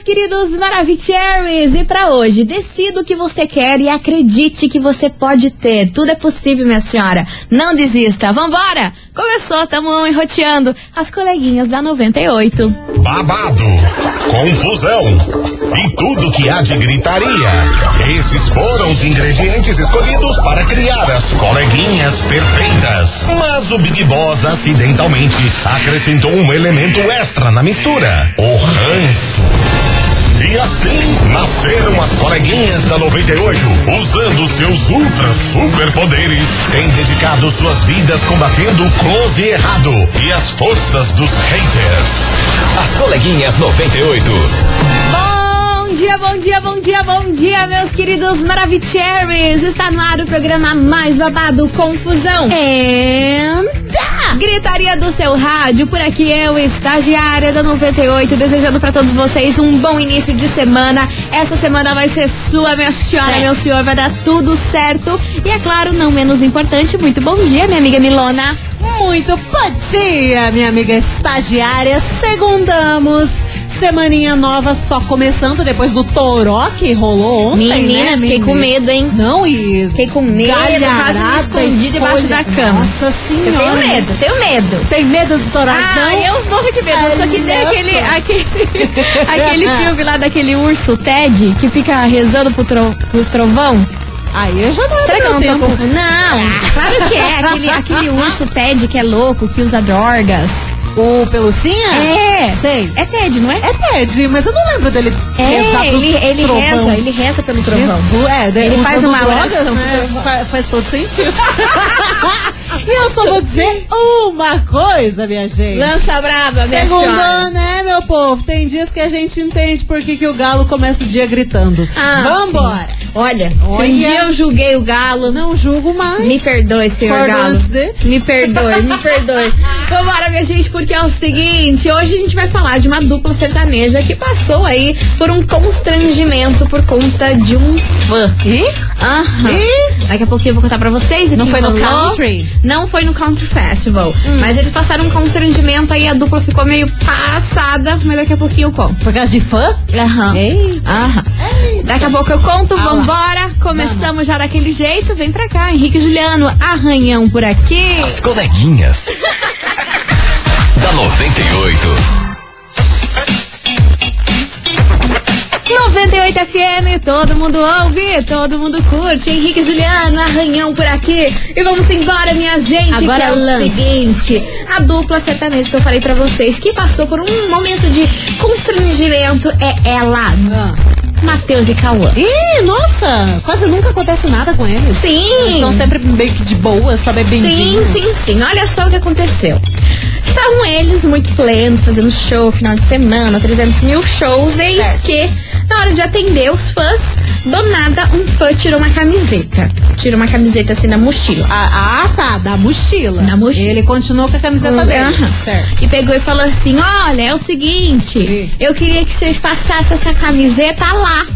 queridos Maravicheries, e pra hoje, decida o que você quer e acredite que você pode ter. Tudo é possível, minha senhora. Não desista. Vambora! Começou, tamo enroteando as coleguinhas da 98. Babado, confusão e tudo que há de gritaria. Esses foram os ingredientes escolhidos para criar as coleguinhas perfeitas. Mas o Big Boss acidentalmente acrescentou um elemento extra na mistura: o ranço. E assim nasceram as coleguinhas da 98, usando seus ultra super poderes, têm dedicado suas vidas combatendo o close e errado e as forças dos haters. As coleguinhas 98. Bom dia, bom dia, bom dia, bom dia, meus queridos Maravicheries. Está no ar o programa mais babado, Confusão. Gritaria do seu rádio, por aqui eu, estagiária da 98, desejando pra todos vocês um bom início de semana. Essa semana vai ser sua, minha senhora, meu senhor, vai dar tudo certo. E é claro, não menos importante, muito bom dia, minha amiga Milona. Muito bom dia, minha amiga estagiária. Segundamos, semaninha nova só começando depois do toró que rolou ontem, Menina, né? fiquei com medo, hein? Não, e Fiquei com medo, quase me escondi debaixo da cama. Nossa senhora. Eu tenho medo, tenho medo. Tem medo do torazão? Ah, eu morro de medo. Só que tem aquele filme lá daquele urso Ted que fica rezando pro trovão. Aí eu já não. Será que eu não tô confundindo? Não, claro que é. Aquele urso Ted que é louco, que usa drogas. O Pelucinha? É. Sei. É Ted, não é? É Ted, mas eu não lembro dele rezar pro trovão. Ele reza pelo trovão. Jesus, ele faz uma drogas, oração, né? Faz todo sentido. E eu só vou dizer uma coisa, minha gente. Lança brava, minha Segundou, senhora. né, meu povo? Tem dias que a gente entende por que o galo começa o dia gritando. Vambora. Sim. Olha, se um dia eu julguei o galo, não julgo mais. Me perdoe, senhor Galo. Me perdoe, me perdoe. Vambora, minha gente, porque é o seguinte, hoje a gente vai falar de uma dupla sertaneja que passou aí por um constrangimento por conta de um fã. Daqui a pouquinho eu vou contar pra vocês. Não foi no country? Não foi no Country Festival. Mas eles passaram um constrangimento aí, a dupla ficou meio passada, mas daqui a pouquinho eu conto. Por causa de fã? Daqui a pouco eu conto, vambora. Começamos já daquele jeito, vem pra cá, Henrique e Juliano, arranhão por aqui. As coleguinhas da 98. 98 FM, todo mundo ouve, todo mundo curte. Henrique e Juliano, arranhão por aqui. E vamos embora, minha gente. Agora que é o seguinte, a dupla sertaneja que eu falei pra vocês, que passou por um momento de constrangimento, é ela. Matheus e Cauã. Ih, nossa, quase nunca acontece nada com eles. Sim. Eles estão sempre meio que de boa, só bebendinho. Sim. Olha só o que aconteceu. Estavam eles muito plenos, fazendo show, final de semana, 300 mil shows, eis que, na hora de atender os fãs, do nada um fã tirou uma camiseta. Tirou uma camiseta assim da mochila. Tá, da mochila. Da mochila. Ele continuou com a camiseta dele. Certo. E pegou e falou assim, olha, é o seguinte, eu queria que vocês passassem essa camiseta lá.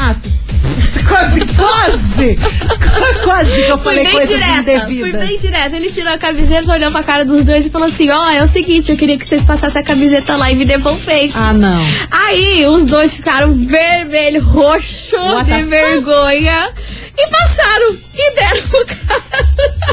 Quase que eu falei coisas indevidas. Fui bem direta. Ele tirou a camiseta, olhou pra cara dos dois e falou assim, é o seguinte, eu queria que vocês passassem a camiseta lá e me devolvessem. Não. Aí os dois ficaram vermelho, roxo de vergonha e passaram e deram o cara.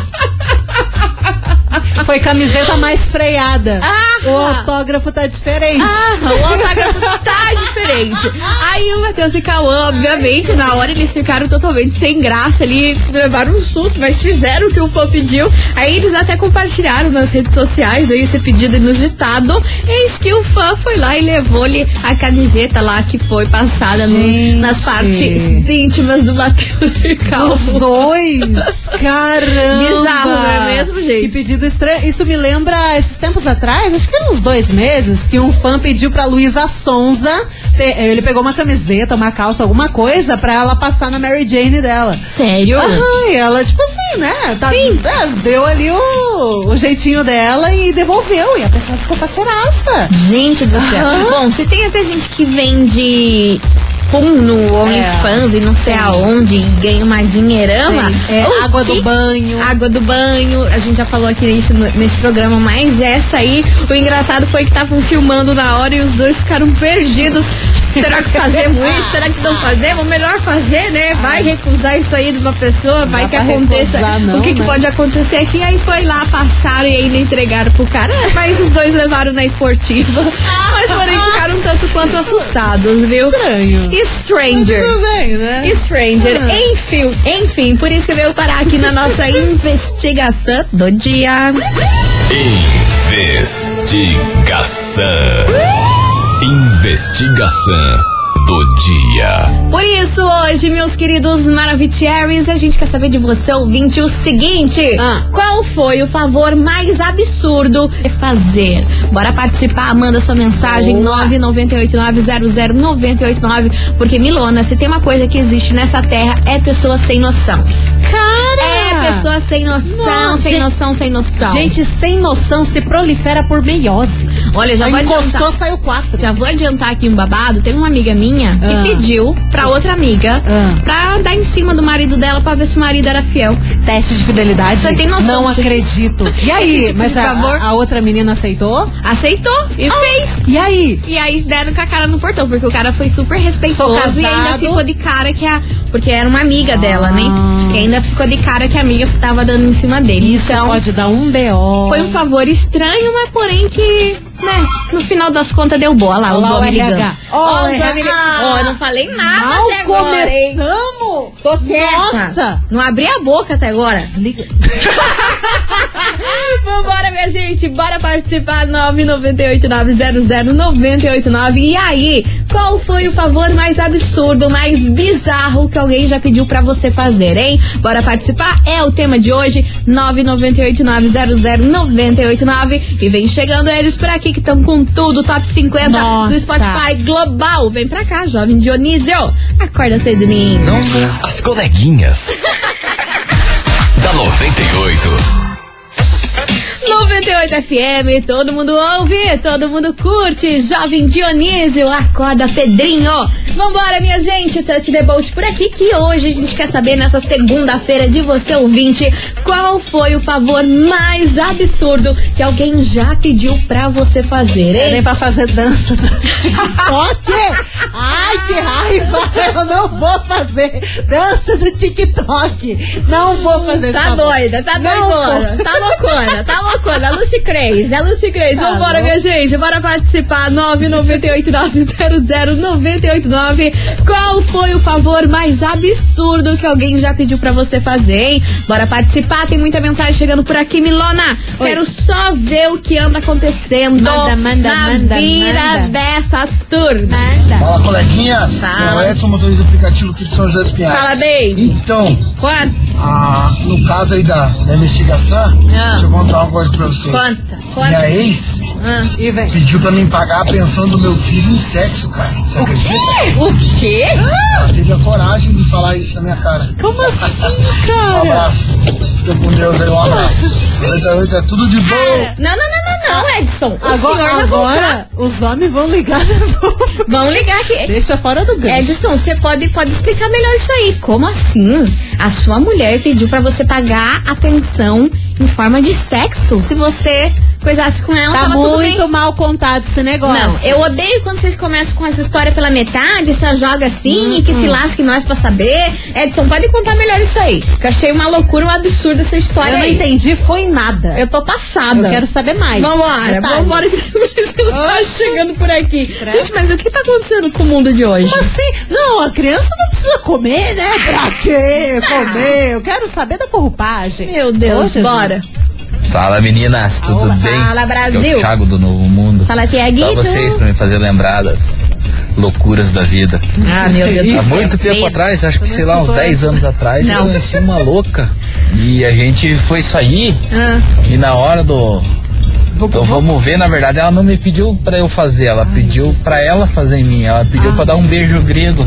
Foi camiseta mais freada. O autógrafo tá diferente. O autógrafo tá diferente. Aí o Matheus e Cauã, obviamente, na hora eles ficaram totalmente sem graça ali, levaram um susto, mas fizeram o que o fã pediu. Aí eles até compartilharam nas redes sociais aí esse pedido inusitado. Eis que o fã foi lá e levou-lhe a camiseta lá que foi passada nas partes íntimas do Matheus e Cauã. Os dois! Caramba! Bizarro, não é mesmo, gente? Que pedido estranho. Isso me lembra, esses tempos atrás, acho que uns 2 meses, que um fã pediu pra Luísa Sonza, ele pegou uma camiseta, uma calça, alguma coisa, pra ela passar na Mary Jane dela. Sério? E ela, tipo assim, né? Deu ali o jeitinho dela e devolveu. E a pessoa ficou parceiraça. Gente do céu. Bom, se tem até gente que vende no OnlyFans e não sei aonde e ganha uma dinheirama. Água do banho. Água do banho. A gente já falou aqui nesse programa, mas essa aí, o engraçado foi que estavam filmando na hora e os dois ficaram perdidos. Será que fazemos isso? Será que não fazemos? Melhor fazer, né? Vai recusar isso aí de uma pessoa, vai que aconteça. O que pode acontecer aqui? Aí foi lá, passaram e ainda entregaram pro cara. Mas os dois levaram na esportiva. Mas porém ficaram tanto quanto assustados, viu? Estranho. Stranger. Tudo bem, né? Stranger. Enfim, por isso que veio parar aqui na nossa investigação do dia. Investigação do dia. Por isso, hoje, meus queridos Maravicheries, a gente quer saber de você, ouvinte, o seguinte: qual foi o favor mais absurdo de fazer? Bora participar, manda sua mensagem 998900989, porque, Milona, se tem uma coisa que existe nessa terra, é pessoa sem noção. É pessoa sem noção, sem noção. Gente sem noção se prolifera por meiose. Olha, já vou adiantar. Saiu 4. Já vou adiantar aqui um babado. Teve uma amiga minha que pediu pra outra amiga pra dar em cima do marido dela pra ver se o marido era fiel. Teste de fidelidade? Você tem noção? Não acredito. E aí? Tipo, mas a outra menina aceitou? Aceitou e fez. E aí? E aí deram com a cara no portão, porque o cara foi super respeitoso e ainda ficou de cara que porque era uma amiga dela, né? E ainda ficou de cara que a amiga tava dando em cima dele. Isso então, pode dar um BO. Foi um favor estranho, mas porém que, né, no final das contas deu boa lá, os homens ligando. Ó, os homens ligando. Eu não falei nada mal até agora, começamos? Tô quieta. Nossa! Não abri a boca até agora. Desliga. Vambora, minha gente, bora participar. 998900989. E aí, qual foi o favor mais absurdo, mais bizarro que alguém já pediu pra você fazer, hein? Bora participar? É o tema de hoje, 998900989. E vem chegando eles por aqui que estão com tudo, top 50 do Spotify Global. Vem pra cá, jovem Dionísio. Acorda, Pedrinho. As coleguinhas da 98. 98 FM, todo mundo ouve, todo mundo curte. Jovem Dionísio, acorda, Pedrinho. Vambora, minha gente, Touch the Boat por aqui, que hoje a gente quer saber, nessa segunda-feira, de você, ouvinte, qual foi o favor mais absurdo que alguém já pediu pra você fazer, hein? Nem pra fazer dança do TikTok. Ai, que raiva. Eu não vou fazer dança do TikTok. Não vou fazer isso. Tá doida, tá doidona, tá loucona. A Lucy Crazy. Tá vambora, minha gente, bora participar. 998900989. Qual foi o favor mais absurdo que alguém já pediu pra você fazer, hein? Bora participar, tem muita mensagem chegando por aqui, Milona. Oi. Quero só ver o que anda acontecendo na vida dessa turma. Fala, coleguinhas. É o Edson, motorista do aplicativo aqui de São José dos Pinhais. Fala, bem. Então, no caso aí da investigação, deixa eu contar uma coisa pra vocês. Conta. Minha ex pediu pra mim pagar a pensão do meu filho em sexo, cara. Você acredita? O quê? Ela teve a coragem de falar isso na minha cara. Como assim, cara? Um abraço. Fica com Deus aí, um abraço. É tudo de bom. Não, Edson. Agora os homens vão ligar. Vão ligar aqui. Deixa fora do gancho. Edson, você pode explicar melhor isso aí. Como assim? A sua mulher pediu pra você pagar a pensão em forma de sexo? Se você coisasse com ela, tá tava tudo bem. muito mal contado esse negócio. Não, eu odeio quando vocês começam com essa história pela metade, só joga assim e que se lasque nós pra saber. Edson, pode contar melhor isso aí, que eu achei uma loucura, um absurdo essa história. Eu não entendi, foi nada. Eu tô passada. Eu quero saber mais. Vambora que tá chegando por aqui. Gente, mas o que tá acontecendo com o mundo de hoje? Como assim? Não, a criança não precisa comer, né? Pra quê comer? Eu quero saber da forrupagem. Meu Deus, bora. Fala, meninas, tudo bem? Fala, Brasil. É o Thiago do Novo Mundo. Fala, Tiaguinho. Só vocês pra me fazer lembrar das loucuras da vida. Ah, meu Deus do céu. Há muito tempo atrás, acho que sei lá, uns 10 anos atrás, eu conheci uma louca. E a gente foi sair e na hora do vamos ver, na verdade, ela não me pediu pra eu fazer, ela pediu pra ela fazer em mim. Ela pediu pra dar um beijo grego.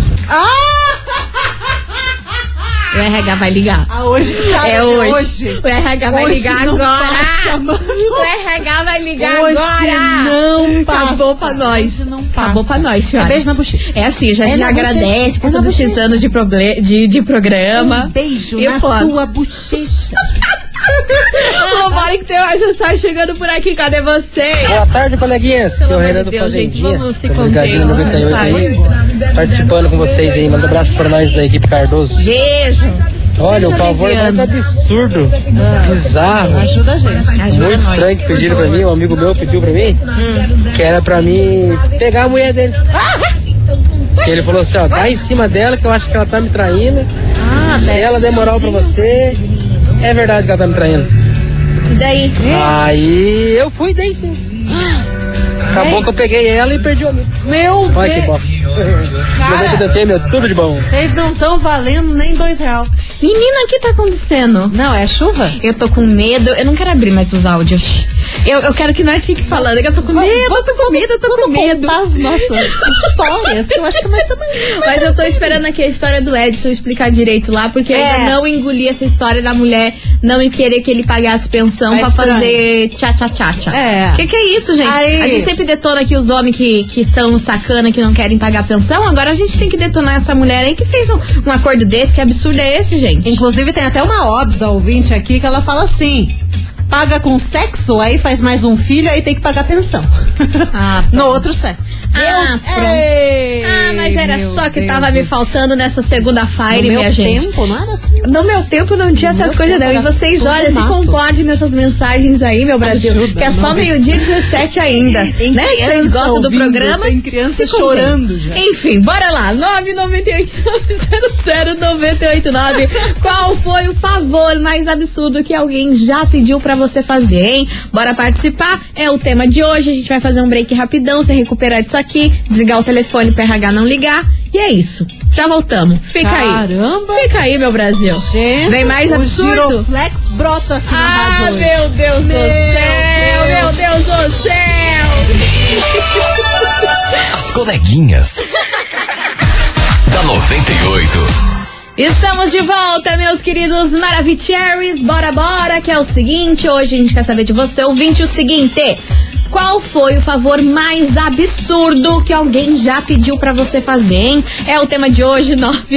O RH vai ligar. Hoje, cara, é hoje. O RH vai ligar agora. Passa, o RH vai ligar hoje agora. Não passa. Acabou pra nós. Não passa. Acabou pra nós, senhora. Beijo na bochecha. É assim, já agradece por todos esses anos de programa. Um beijo e na sua bochecha. Vambora que tem mais mensagem chegando por aqui. Cadê vocês? Boa tarde, coleguinhas. Pelo Que é o amor Renan de do Deus, gente, Fazendinha. vamos se Tô conter ligadinho no nas 98 mensagens. aí, participando com vocês aí. Manda um abraço pra nós da equipe Cardoso. Beijo. Olha, o favor é muito absurdo, bizarro, Ajuda a gente. Ajuda muito nós. estranho que pediram pra mim. Um amigo meu pediu pra mim que era pra mim pegar a mulher dele. Ele falou assim, ó, dá em cima dela que eu acho que ela tá me traindo. Se ela der moral pra você, é verdade que ela tá me traindo. E daí? Aí eu fui e dei sim. Acabou que eu peguei ela e perdi o amigo. Meu Olha que Deus. bosta. Mas eu tentei, meu, tudo de bom. Vocês não estão valendo nem R$2. Menina, o que tá acontecendo? Não, é chuva? Eu tô com medo, eu não quero abrir mais os áudios. Eu quero que nós fiquemos falando, que eu tô com medo, eu tô com medo, eu tô com medo. Contar as nossas histórias, que eu acho que nós também. Mas eu tô esperando aqui a história do Edson explicar direito lá, porque eu ainda não engoli essa história da mulher não me querer que ele pagasse pensão É pra estranho. fazer tchá-tchá-tchá. É. Que é isso, gente? Aí- A gente sempre detona aqui os homens que são sacana, que não querem pagar pensão. Agora a gente tem que detonar essa mulher aí que fez um acordo desse. Que absurdo é esse, gente? Inclusive tem até uma obs da ouvinte aqui que ela fala assim: paga com sexo, aí faz mais um filho, aí tem que pagar pensão. Ah, no outro sexo. Mas era meu só que Deus tava do me faltando nessa segunda-feira, No minha meu gente. tempo, não era assim. No meu tempo não tinha essas meu coisas, tempo não. E era vocês, tudo olha, se mato. concordem nessas mensagens aí, meu Brasil. Ajuda, que é só nós. meio-dia 17 ainda. Tem Né? criança Vocês gostam do ouvindo, programa? tem criança se contém. chorando já. Enfim, bora lá. 998-900-989. Qual foi o favor mais absurdo que alguém já pediu pra você fazer, hein? Bora participar? É o tema de hoje. A gente vai fazer um break rapidão, se recuperar disso aqui, desligar o telefone pro RH não ligar. E é isso. Já voltamos. Fica aí. Caramba. Fica aí, meu Brasil. Gente, Vem mais o absurdo. Giroflex brota aqui na rádio hoje. Meu Deus do céu. Meu Deus do céu. As coleguinhas. Da 98. Estamos de volta, meus queridos Maravicheries. Bora, bora, que é o seguinte. Hoje a gente quer saber de você, ouvinte, o seguinte: qual foi o favor mais absurdo que alguém já pediu pra você fazer, hein? É o tema de hoje,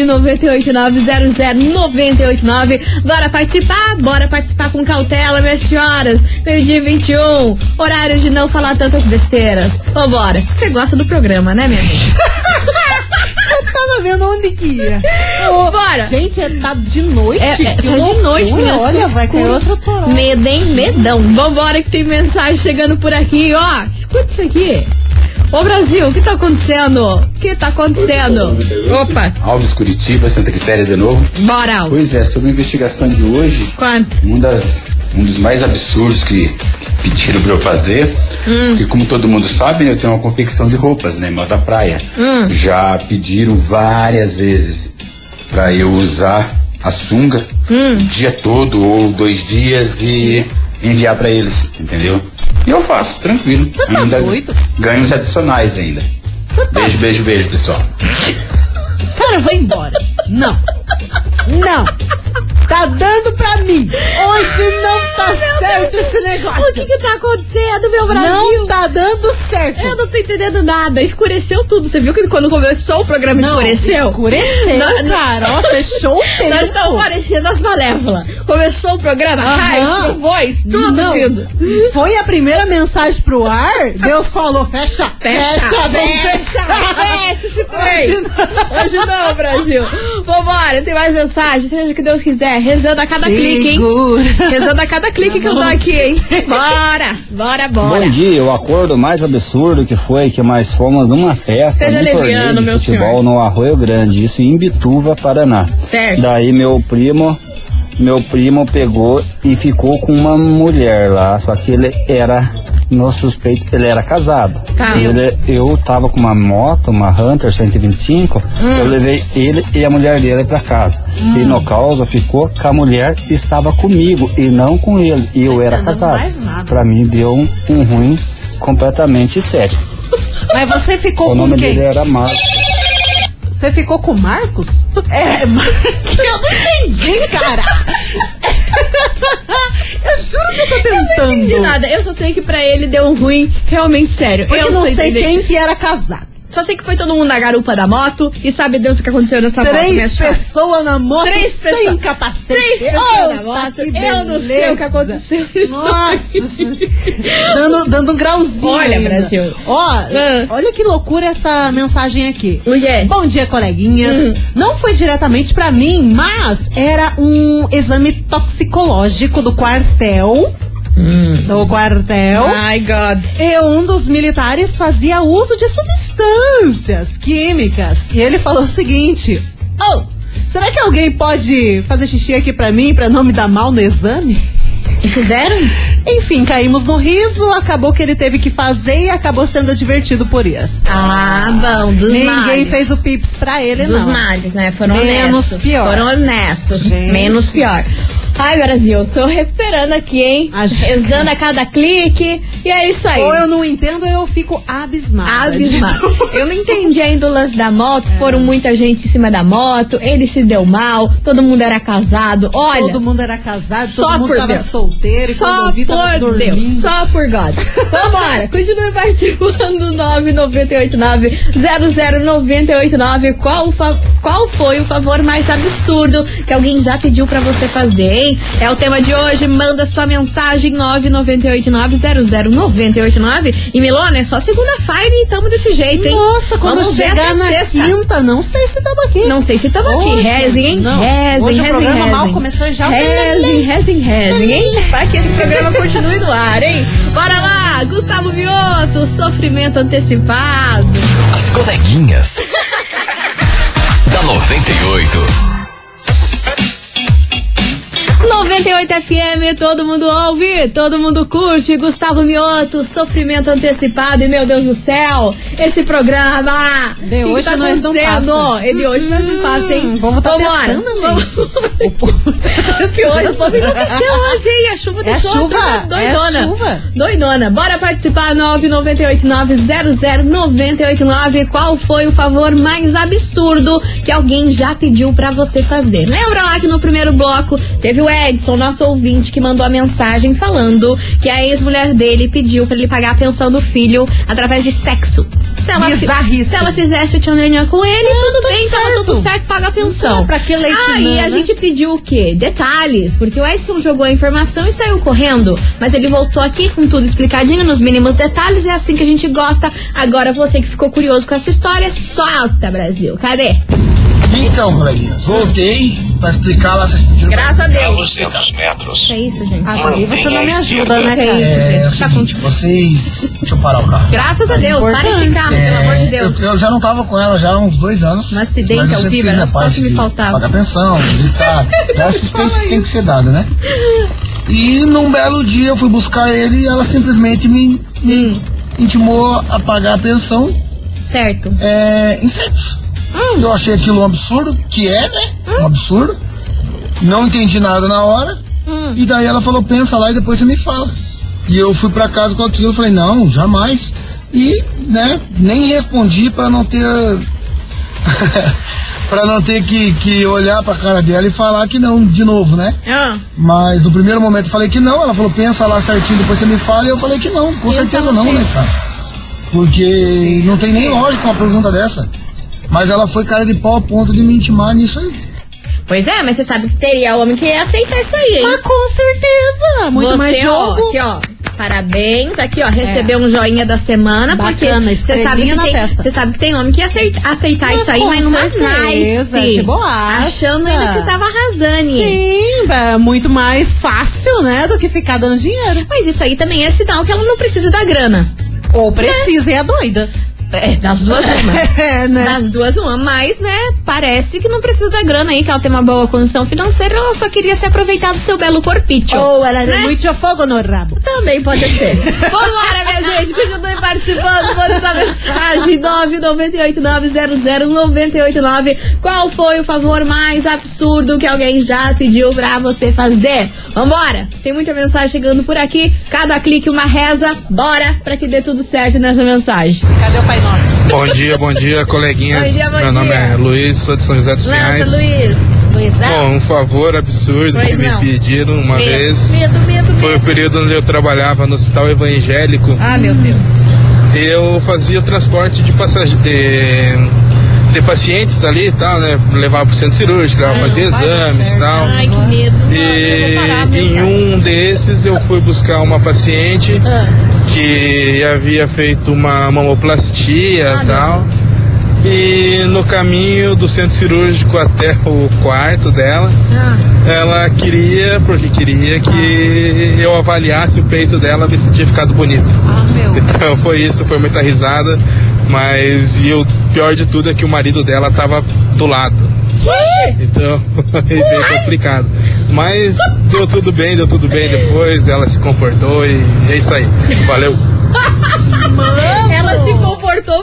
998900989. Bora participar com cautela, minhas senhoras. Meio-dia 21, horário de não falar tantas besteiras. Vambora, se você gosta do programa, né, minha gente? Tava vendo onde que ia. Bora! Gente, tá de noite. Tá que de loucura. noite, menina. Olha, vai cair outro toró. Medo, hein? Medão. Vambora que tem mensagem chegando por aqui, ó. Escuta isso aqui. Ô, Brasil, o que tá acontecendo? O que tá acontecendo? Opa, Alves, Curitiba, Santa Quitéria de novo. bora, Alves. Pois é, sobre a investigação de hoje, Quanto? um dos mais absurdos que pediram pra eu fazer, porque como todo mundo sabe, eu tenho uma confecção de roupas, né, moda praia. Já pediram várias vezes pra eu usar a sunga o dia todo ou 2 dias e enviar pra eles, entendeu? E eu faço, tranquilo. Você tá Ainda doido? ganhos adicionais ainda. Beijo, beijo, beijo, pessoal. Cara, eu vou embora. Não. Não. Tá dando pra mim. Hoje não tá certo esse negócio. O que tá acontecendo, meu Brasil? Não tá dando certo. Eu não tô entendendo nada. Escureceu tudo. Você viu que quando começou o programa escureceu? Escureceu, Não, cara. Ó, fechou o tempo. Nós estamos parecendo as malévolas. Começou o programa, Aham. raiz, voz, tudo Não, vindo. foi a primeira mensagem pro ar, Deus falou, fecha esse trem. Hoje não, Brasil. Vambora, tem mais mensagem, seja o que Deus quiser. Rezando a cada clique, hein? Rezando a cada clique que eu tô aqui, hein? Bora. Bom dia, o acordo mais absurdo que foi que nós fomos numa festa Seja de torneio leviano, de meu futebol senhor. no Arroio Grande, isso em Imbituva, Paraná. Certo. Daí meu primo pegou e ficou com uma mulher lá, só que ele era, no suspeito, ele era casado. Tá. Eu tava com uma moto, uma Hunter 125, eu levei ele e a mulher dele pra casa. E no caso ficou que a mulher estava comigo e não com ele, e eu era casado. mais nada. Pra mim deu um ruim completamente sério. Mas você ficou O com nome quem? dele era Marcos. Você ficou com o Marcos? Eu não entendi, cara. Eu juro que eu tô tentando. Não entendi nada. Eu só sei que pra ele deu um ruim realmente sério. Porque eu não sei entendendo. quem que era casado. Só sei que foi todo mundo na garupa da moto e sabe Deus o que aconteceu nessa moto. 3 pessoas na moto sem capacete. 3 pessoas na moto. Eu não sei o que aconteceu. Nossa, dando um grauzinho. Olha, ainda. Brasil. Olha que loucura essa mensagem aqui. O quê? Bom dia, coleguinhas. Não foi diretamente pra mim, mas era um exame toxicológico do quartel. Do quartel. My God. E um dos militares fazia uso de substâncias químicas. E ele falou o seguinte: será que alguém pode fazer xixi aqui pra mim pra não me dar mal no exame? E fizeram? Enfim, caímos no riso, acabou que ele teve que fazer e acabou sendo advertido por isso. Bom, dos Ninguém males. fez o pips pra ele, dos não. Dos males, né? Foram menos honestos. Pior. Foram honestos. Gente. Menos pior. Ai, Brasil, tô recuperando aqui, hein? Rezando a cada clique. E é isso aí. Ou eu não entendo, ou eu fico abismada. Eu não entendi ainda o lance da moto. Foram muita gente em cima da moto. Ele se deu mal. Todo mundo era casado. Olha. Todo mundo era casado, só todo mundo por tava Deus. solteiro. E só quando eu vi, tava por dormindo. Deus. Só por God. Vambora. Continue participando. 998900989. Qual foi o favor mais absurdo que alguém já pediu pra você fazer, hein? É o tema de hoje. Manda sua mensagem 998900989. E Milona, é só segunda-feira e tamo desse jeito, hein? Nossa, quando Vamos chegar na sexta. quinta, não sei se tamo aqui. Não sei se tamo aqui. Rezem, hein? Não. Rezem, Hoje rezem, o programa rezem. mal começou já. Rezem, hein? Para que esse programa continue no ar, hein? Bora lá, Gustavo Mioto, sofrimento antecipado. As coleguinhas. Da 98. 98 FM, todo mundo ouve, todo mundo curte. Gustavo Mioto, sofrimento antecipado. E meu Deus do céu, esse programa de hoje tá nós não passa. De hoje nós não passa, hein? Vamos tá testando, gente. O povo enlouqueceu hoje, hein? A chuva deixou a turma doidona. É chuva. Doidona. Bora participar, 998900989. Qual foi o favor mais absurdo que alguém já pediu pra você fazer? Lembra lá que no primeiro bloco teve o Edson, nosso ouvinte, que mandou a mensagem falando que a ex-mulher dele pediu pra ele pagar a pensão do filho através de sexo. Se ela fizesse o tchananã com ele, tudo bem, certo. tava tudo certo, paga a pensão. Então, pra que leitinho? Aí a gente pediu o quê? Detalhes, porque o Edson jogou a informação e saiu correndo, mas ele voltou aqui com tudo explicadinho, nos mínimos detalhes, é assim que a gente gosta. Agora você que ficou curioso com essa história, solta, Brasil, cadê? Então, coleguinhas, voltei pra explicar lá, vocês pediram. Graças a Deus. 200 metros. Que isso, gente? Aí você não me ajuda, né, Que cara? isso, gente? É o seguinte, vocês... Deixa eu parar o carro. Graças a Deus, para esse carro, pelo amor de Deus. Eu já não tava com ela já há uns 2 anos. Um acidente mas eu ao sempre vivo, fiz era minha só parte que me de faltava. Pagar pensão, visitar. É a assistência que tem que ser dada, né? E num belo dia eu fui buscar ele e ela simplesmente me intimou a pagar a pensão Certo. em sexo. Eu achei aquilo um absurdo, que é, né? Um absurdo. Não entendi nada na hora. E daí ela falou, pensa lá e depois você me fala. E eu fui pra casa com aquilo, falei, não, jamais. E, né, nem respondi pra não ter... pra não ter que olhar pra cara dela e falar que não, de novo, né? Mas no primeiro momento eu falei que não, ela falou, pensa lá certinho, depois você me fala. E eu falei que não, com certeza não, né, cara? Porque não tem nem lógica uma pergunta dessa. Mas ela foi cara de pau a ponto de me intimar nisso aí. Pois é, mas você sabe que teria homem que ia aceitar isso aí, hein? Mas com certeza, muito você, mais jogo. Aqui, ó, parabéns, aqui, ó, recebeu um joinha da semana, bacana, porque você sabe, você sabe que tem homem que ia aceitar isso aí, mas numa nice, de boaça. achando ainda que tava arrasando. Sim, é muito mais fácil, né, do que ficar dando dinheiro. Mas isso aí também é sinal que ela não precisa da grana. Ou precisa, e é doida. Das duas uma. Né? Das duas uma, mas, né, parece que não precisa da grana aí, que ela tem uma boa condição financeira, ela só queria se aproveitar do seu belo corpício. Ou ela tem né? muito fogo no rabo. Também pode ser. Vambora, minha gente, continue participando, manda sua mensagem, 998900989. Qual foi o favor mais absurdo que alguém já pediu pra você fazer? Vambora, tem muita mensagem chegando por aqui, cada clique uma reza, bora pra que dê tudo certo nessa mensagem. Cadê o pai nosso? Bom dia, coleguinhas. Bom dia, bom Meu nome dia. é Luiz, sou de São José dos Pinhais. Lança, Luiz. Bom, um favor absurdo Pois que não. me pediram uma vez. Medo. Foi o período onde eu trabalhava no hospital evangélico. Ah, meu Deus. eu fazia o transporte de pacientes ali e tal, né? Levava pro centro cirúrgico, fazia exames e tal. Ai, que medo. E em um desses eu fui buscar uma paciente que havia feito uma mamoplastia e tal. E no caminho do centro cirúrgico até o quarto dela, ela queria que eu avaliasse o peito dela, ver se tinha ficado bonito. Então foi isso, foi muita risada, mas e o pior de tudo é que o marido dela tava do lado. Então foi bem complicado. Mas deu tudo bem depois, ela se comportou e é isso aí. Valeu! Ela se comportou,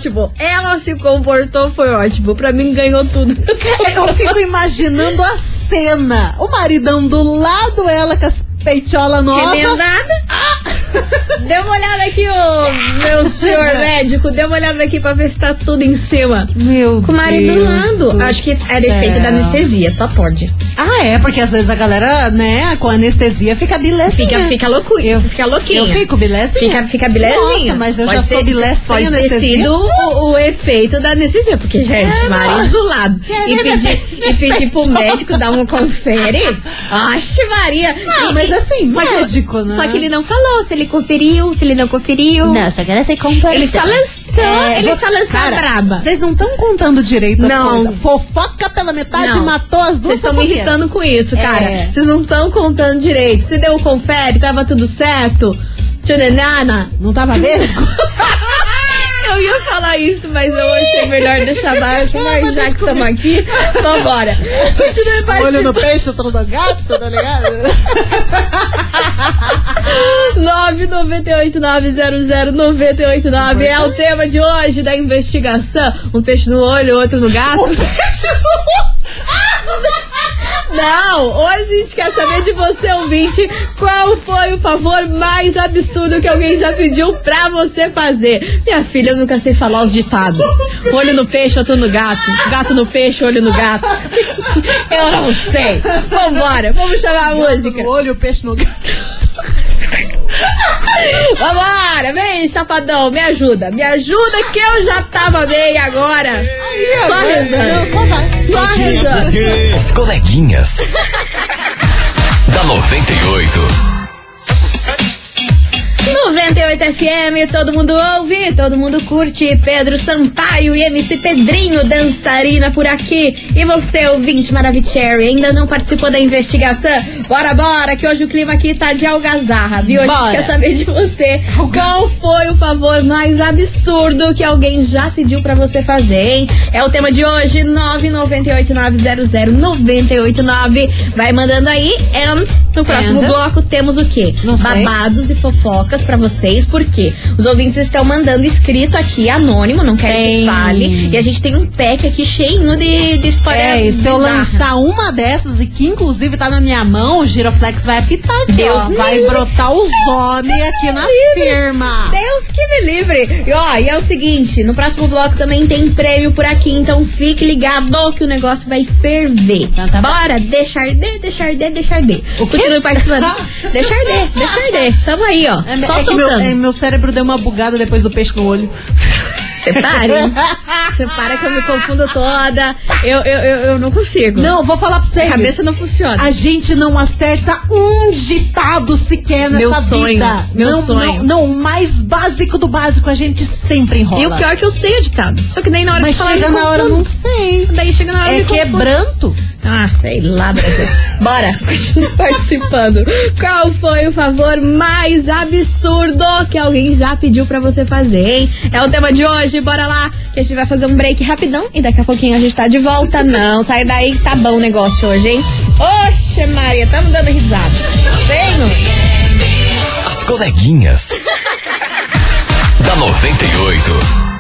foi ótimo. Pra mim ganhou tudo. Eu fico imaginando a cena. O maridão do lado, ela com as peitolas novas. Remendada. Dê uma olhada aqui, meu senhor médico. Dê uma olhada aqui pra ver se tá tudo em cima. Meu com o marido do lado. Acho que é defeito da anestesia, só pode. Porque às vezes a galera, né, com anestesia fica bilezinha. Fica louquinha. Eu fico bilezinha. Fica bilezinha. Nossa, mas eu já sou bilezinha. Pode ter sido o efeito da anestesia, porque, gente, marido do lado. E pedir pro médico dar um confere. Oxe, Maria. Não, mas assim, médico, né? Só que ele não falou se ele conferiu, se ele não conferiu. Não, só que era ser comportado. Ele só lançou a braba. Vocês não estão contando direito as coisas. Fofoca pela metade matou as duas. Vocês estão me irritando com isso, cara. Vocês não estão contando direito. Se deu o confere, tava tudo certo. Tchunenana. Não tava mesmo? Eu ia falar isso, mas eu achei melhor deixar baixo, mas já que estamos aqui, vambora. Continue participando. Olho no peixe, outro no gato, tá ligado? 998900989 é o tema de hoje da investigação. Um peixe no olho, outro no gato. Um peixe no olho! Não, hoje a gente quer saber de você, ouvinte, qual foi o favor mais absurdo que alguém já pediu pra você fazer. Minha filha, eu nunca sei falar os ditados. Olho no peixe, outro no gato. Gato no peixe, olho no gato. Eu não sei. Vambora, vamos chamar a música. No olho, peixe no gato. Vambora, vem, safadão, me ajuda que eu já tava bem agora. Só rezando. Só rezando. As coleguinhas da 98. 98 FM, todo mundo ouve, todo mundo curte. Pedro Sampaio e MC Pedrinho, dançarina por aqui. E você, ouvinte Maravicherry, ainda não participou da investigação? Bora, que hoje o clima aqui tá de algazarra, viu? A gente quer saber de você. Qual foi o favor mais absurdo que alguém já pediu pra você fazer, hein? É o tema de hoje, 998900989. Vai mandando aí. And no próximo bloco temos o quê? Babados e fofocas pra vocês, porque os ouvintes estão mandando escrito aqui, anônimo, não querem que fale. E a gente tem um pack aqui cheinho de história. E se eu lançar uma dessas, e que inclusive tá na minha mão, o Giroflex vai apitar aqui, Deus vai brotar os homens aqui na firma. Deus que me livre. E é o seguinte, no próximo bloco também tem prêmio por aqui, então fique ligado que o negócio vai ferver. Então, tá bora, deixar de. Continue participando. deixar de. Tamo aí, ó. Só soltando. Meu cérebro deu uma bugada depois do peixe no olho. Você para que eu me confundo toda. Eu não consigo. Não, vou falar pra vocês. A cabeça não funciona. A gente não acerta um ditado sequer nessa vida. Meu sonho. Não, o mais básico do básico a gente sempre enrola. E o pior é que eu sei o ditado. Só que daí na hora de falar, chega na hora eu não sei. Daí chega na hora de quebranto? Sei lá, Brasil. Bora, continue participando. Qual foi o favor mais absurdo que alguém já pediu pra você fazer, hein? É o tema de hoje, bora lá, que a gente vai fazer um break rapidão e daqui a pouquinho a gente tá de volta. Não, sai daí, tá bom o negócio hoje, hein? Oxe, Maria, tamo dando risada. Venho. As coleguinhas da 98.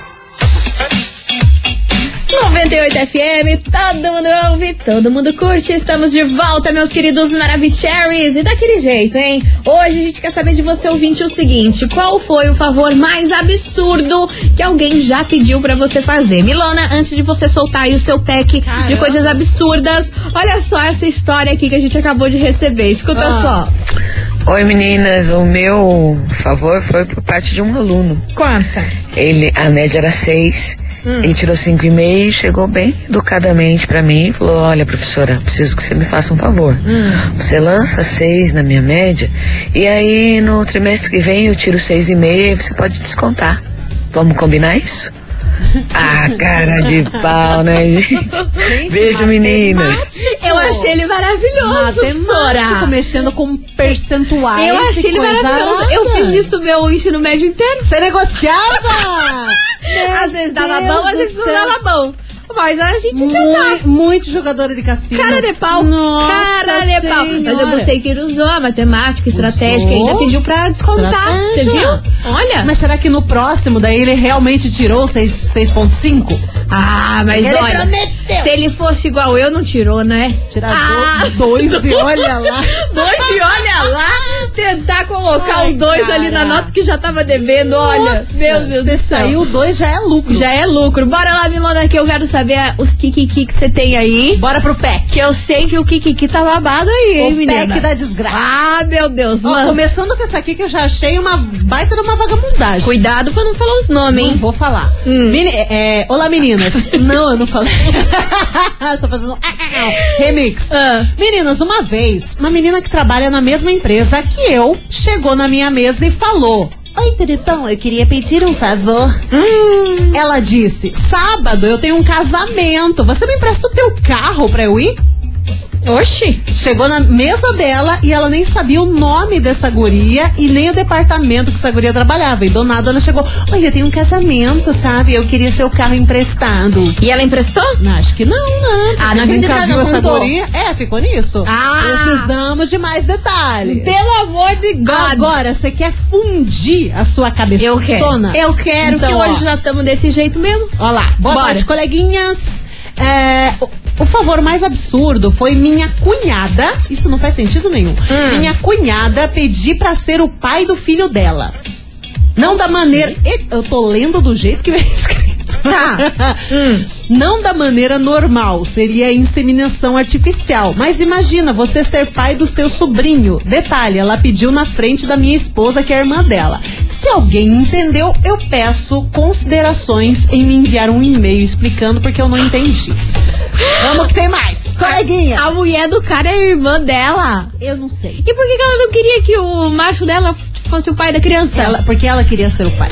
98 FM, todo mundo ouve, todo mundo curte. Estamos de volta, meus queridos Maravicherrys. E daquele jeito, hein? Hoje a gente quer saber de você, ouvinte, o seguinte: qual foi o favor mais absurdo que alguém já pediu pra você fazer? Milona, antes de você soltar aí o seu pack de coisas absurdas, olha só essa história aqui que a gente acabou de receber. Escuta só. Oi meninas, o meu favor foi por parte de um aluno. Conta. A média era 6, ele tirou 5,5 e chegou bem educadamente pra mim e falou: olha professora, preciso que você me faça um favor. Você lança 6 na minha média e aí no trimestre que vem eu tiro 6,5 e você pode descontar. Vamos combinar isso? Ah, cara de pau, né, gente? Beijo, meninas. Eu achei ele maravilhoso, professora. Mexendo com percentuais. Eu achei ele maravilhoso. Eu fiz isso meu ensino médio inteiro. Você negociava? Às vezes dava bom, às vezes não dava bom. Mas a gente tentava. Muito jogadora de cassino. Cara de pau. Nossa, cara de pau. Mas eu gostei que ele usou a matemática, estratégica, ainda pediu pra descontar. Você viu? Olha. Mas será que no próximo daí ele realmente tirou 6,5? Ah, mas ele olha, prometeu. Se ele fosse igual eu, não tirou, né? Tirar 2 e olha lá. 2 e olha lá. Tentar colocar o 2 ali na nota que já tava devendo. Olha, nossa, meu Deus do céu. Se saiu 2 já é lucro. Já é lucro. Bora lá, Milona, que eu quero saber os kikiki que você tem aí. Bora pro PEC. Que eu sei que o kikiki tá babado aí, hein, menina? O PEC da desgraça. Ah, meu Deus. Começando com essa aqui que eu já achei uma baita de uma vagabundagem. Cuidado pra não falar os nomes, hein? Não vou falar. Olá, meninas. Não, eu não falei. Só fazendo remix. Meninas, uma vez, uma menina que trabalha na mesma empresa que eu chegou na minha mesa e falou: oi, Tritão, eu queria pedir um favor. Ela disse: sábado eu tenho um casamento, você me empresta o teu carro pra eu ir? Oxi. Chegou na mesa dela e ela nem sabia o nome dessa guria e nem o departamento que essa guria trabalhava. E do nada ela chegou: olha, eu tenho um casamento, sabe? Eu queria seu carro emprestado. E ela emprestou? Não, acho que não, né? Ah, não acredito que ela não essa guria. Ficou nisso. Precisamos de mais detalhes. Pelo amor de Deus. Agora, você quer fundir a sua cabeçona? Eu quero, então, que hoje já estamos desse jeito mesmo. Olha lá. Boa tarde, coleguinhas. O favor mais absurdo foi minha cunhada. Isso não faz sentido nenhum. Minha cunhada pedir pra ser o pai do filho dela. Não da maneira. Eu tô lendo do jeito que vem escrito. Tá. Não da maneira normal, seria inseminação artificial. Mas imagina você ser pai do seu sobrinho. Detalhe, ela pediu na frente da minha esposa, que é a irmã dela. Se alguém entendeu, eu peço considerações em me enviar um e-mail explicando, porque eu não entendi. Vamos que tem mais. Coleguinha. A mulher do cara é a irmã dela. Eu não sei. E por que ela não queria que o macho dela fosse o pai da criança? Porque ela queria ser o pai.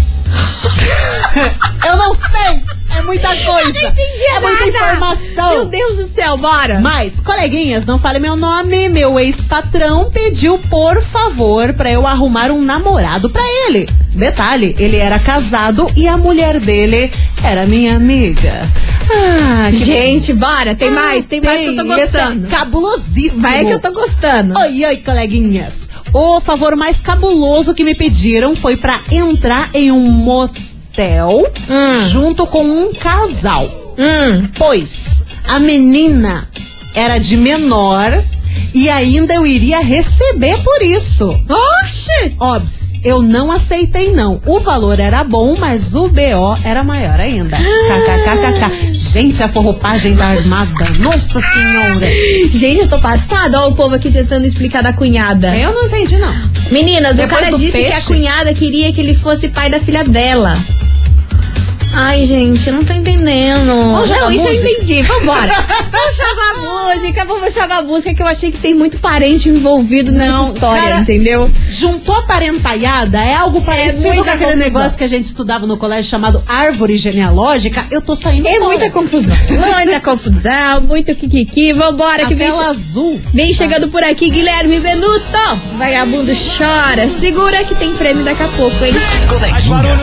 Eu não sei. É muita coisa. Eu não entendi nada. Muita informação. Meu Deus do céu, bora. Mas, coleguinhas, não fale meu nome. Meu ex-patrão pediu, por favor, pra eu arrumar um namorado pra ele. Detalhe, ele era casado e a mulher dele era minha amiga. Gente, bora, tem mais que eu tô gostando. Esse é cabulosíssimo. Vai que eu tô gostando. Oi, coleguinhas. O favor mais cabuloso que me pediram foi pra entrar em um motel junto com um casal. Pois a menina era de menor e ainda eu iria receber por isso. Oxi! Óbvio, eu não aceitei não. O valor era bom, mas o BO era maior ainda. KKKKK. Gente, a forroupagem da armada. Nossa senhora. Gente, eu tô passada. Olha o povo aqui tentando explicar da cunhada. Eu não entendi não. Meninas, depois o cara disse que a cunhada queria que ele fosse pai da filha dela. Ai, gente, eu não tô entendendo. Não, isso eu entendi. Vambora. Vamos chamar a música, que eu achei que tem muito parente envolvido nessa história, cara, entendeu? Juntou parentalhada, é algo parecido com aquele negócio que a gente estudava no colégio chamado árvore genealógica. Eu tô saindo fora. Muita confusão. Muita confusão, muito kikiki. Vambora, que vem azul. Vem chegando por aqui, Guilherme Benuto. Vagabundo chora. Segura que tem prêmio daqui a pouco, hein? As coleguinhas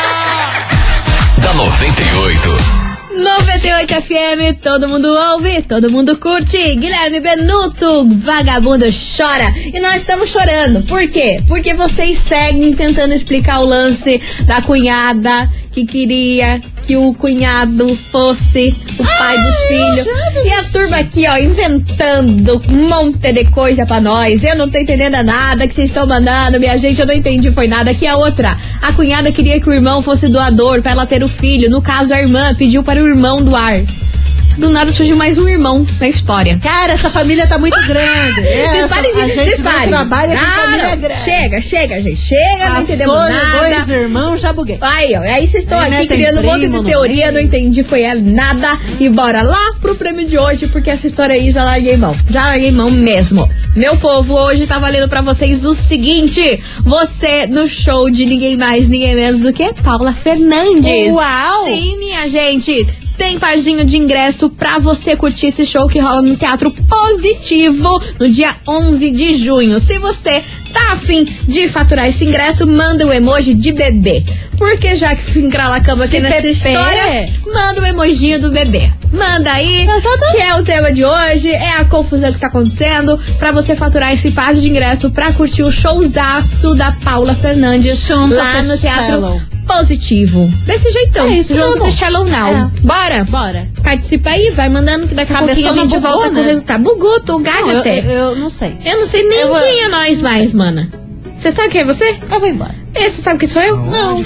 da 98. 98 FM, todo mundo ouve, todo mundo curte. Guilherme Benuto, vagabundo chora. E nós estamos chorando. Por quê? Porque vocês seguem tentando explicar o lance da cunhada que queria que o cunhado fosse o pai dos filhos. E a turma aqui, ó, inventando um monte de coisa pra nós. Eu não tô entendendo nada que vocês estão mandando, minha gente, eu não entendi foi nada. Aqui a outra, a cunhada queria que o irmão fosse doador pra ela ter o filho. No caso, a irmã pediu para o irmão doar. do nada surgiu mais um irmão na história. Cara, essa família tá muito grande. A gente não trabalha com família grande. Chega, gente. Chega, não entendemos nada. 2 irmãos, já buguei. Aí vocês estão aqui criando um monte de teoria, não entendi, foi nada. E bora lá pro prêmio de hoje, porque essa história aí já larguei mão. Já larguei mão mesmo. Meu povo, hoje tá valendo pra vocês o seguinte: você no show de ninguém mais, ninguém menos do que Paula Fernandes. Uau! Sim, minha gente. Tem parzinho de ingresso pra você curtir esse show que rola no Teatro Positivo no dia 11 de junho. Se você tá afim de faturar esse ingresso, manda o emoji de bebê. Porque já que encralacamos aqui nessa história, manda o emojinho do bebê. Manda aí, que é o tema de hoje, é a confusão que tá acontecendo, pra você faturar esse par de ingresso pra curtir o showzaço da Paula Fernandes lá no Teatro Positivo. Desse jeitão. É isso, junto com Shallow Now. Bora? Bora. Participa aí, vai mandando que daqui a pouquinho a gente volta com o resultado. Bugou, tô gaga até. Eu não sei. Eu não sei nem quem é nós mais, mana. Você sabe quem é você? Eu vou embora. Você sabe quem sou eu? Não.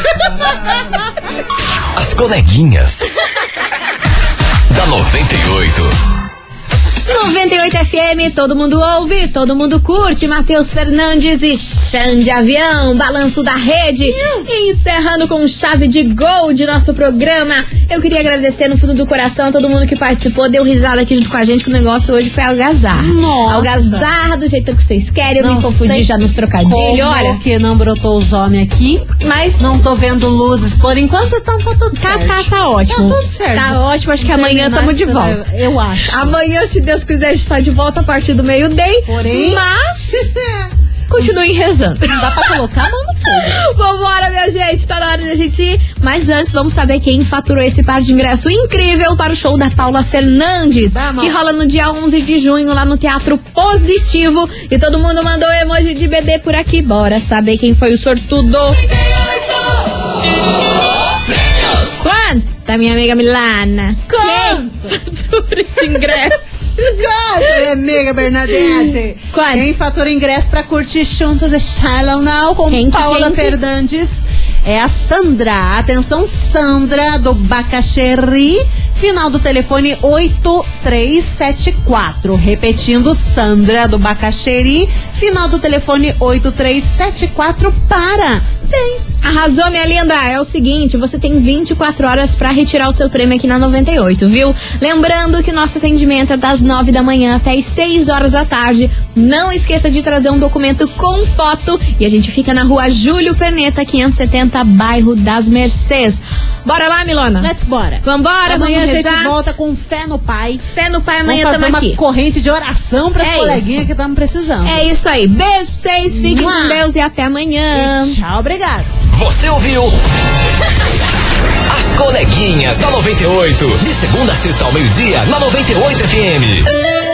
As coleguinhas da 98. 98 FM, todo mundo ouve, todo mundo curte. Matheus Fernandes e Xande Avião, balanço da rede. E encerrando com chave de gol de nosso programa. Eu queria agradecer no fundo do coração a todo mundo que participou, deu risada aqui junto com a gente, que o negócio hoje foi algazarra. Nossa. Algazarra do jeito que vocês querem. Eu me confundi já nos trocadilhos. Olha que não brotou os homens aqui, mas não tô vendo luzes por enquanto, então tá tudo certo. Tá ótimo. Tá tudo certo. Tá ótimo, acho que amanhã tamo de volta. Eu acho. Amanhã, se Deus quiser, a gente tá de volta a partir do meio-dia. Porém, mas continuem rezando. Não dá pra colocar a mão no fogo. Vambora, minha gente, tá na hora de a gente ir. Mas antes, vamos saber quem faturou esse par de ingresso incrível para o show da Paula Fernandes, que rola no dia 11 de junho lá no Teatro Positivo. E todo mundo mandou emoji de bebê por aqui. Bora saber quem foi o sortudo. Quanta, minha amiga Milana? Quanto? Quem fatura esse ingresso? Minha amiga Bernadette. Quem fatura ingresso pra curtir juntos é Shallow Now com Paula Fernandes. É a Sandra. Atenção, Sandra do Bacaxeri. Final do telefone 8374. Repetindo, Sandra do Bacaxeri. Final do telefone 8374. Parabéns. Arrasou, minha linda. É o seguinte, você tem 24 horas pra retirar o seu prêmio aqui na 98, viu? Lembrando que nosso atendimento é das 9 da manhã até as 6 horas da tarde. Não esqueça de trazer um documento com foto. E a gente fica na rua Júlio Perneta, 570, bairro das Mercês. Bora lá, Milona? Let's bora. Vambora, amanhã a gente volta com fé no Pai. Fé no Pai, amanhã estamos aqui. Vamos fazer uma corrente de oração pras coleguinhas que estamos precisando. É isso aí. Beijo pra vocês, fiquem com Deus e até amanhã. E tchau, obrigado. Você ouviu? As coleguinhas da 98. De segunda a sexta ao meio-dia, na 98 FM.